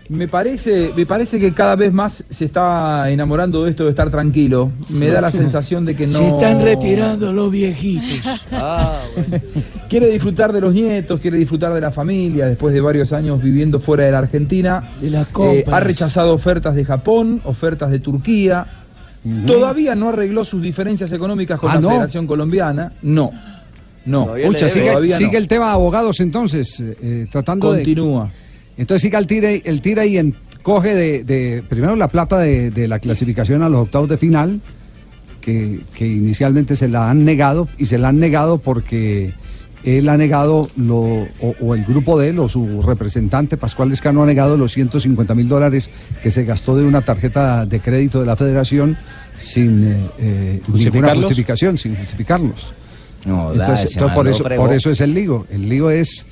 Me parece que cada vez más se está enamorando de esto de estar tranquilo. Me da la sensación de que no... Se están retirando los viejitos. Bueno. Quiere disfrutar de los nietos, quiere disfrutar de la familia, después de varios años viviendo fuera de la Argentina. De las compras. Ha rechazado ofertas de Japón, ofertas de Turquía. Todavía no arregló sus diferencias económicas con la Federación Colombiana. No. Pucha, sigue no. el tema de abogados entonces, tratando Continúa. Entonces sigue el tira y coge de primero la plata de la clasificación a los octavos de final, que inicialmente se la han negado, y se la han negado porque él ha negado, o el grupo de él, o su representante Pascual Lescano ha negado los $150.000 que se gastó de una tarjeta de crédito de la Federación sin ninguna justificación, sin justificarlos. No, entonces por eso es el lío. El lío es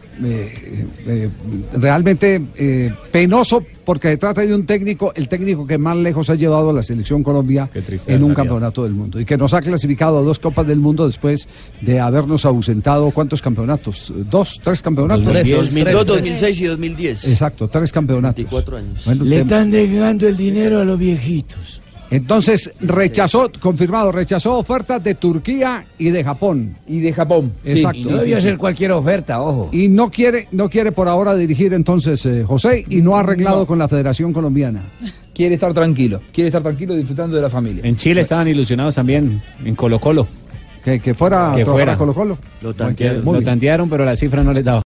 realmente penoso, porque se trata de un técnico, el técnico que más lejos ha llevado a la selección Colombia en un campeonato del mundo, y que nos ha clasificado a 2 Copas del Mundo después de habernos ausentado. ¿Cuántos campeonatos? 3 campeonatos. 2002, 2006 y 2010. Exacto, 3 campeonatos. 24 años. Bueno, Le están dejando el dinero a los viejitos. Entonces rechazó ofertas de Turquía y de Japón. Exacto. Y no debió ser cualquier oferta, ojo. Y no quiere por ahora dirigir entonces José, y no ha arreglado con la Federación Colombiana. Quiere estar tranquilo disfrutando de la familia. En Chile estaban ilusionados también, en Colo-Colo. Que fuera a Colo-Colo. Lo tantearon, pero la cifra no les daba.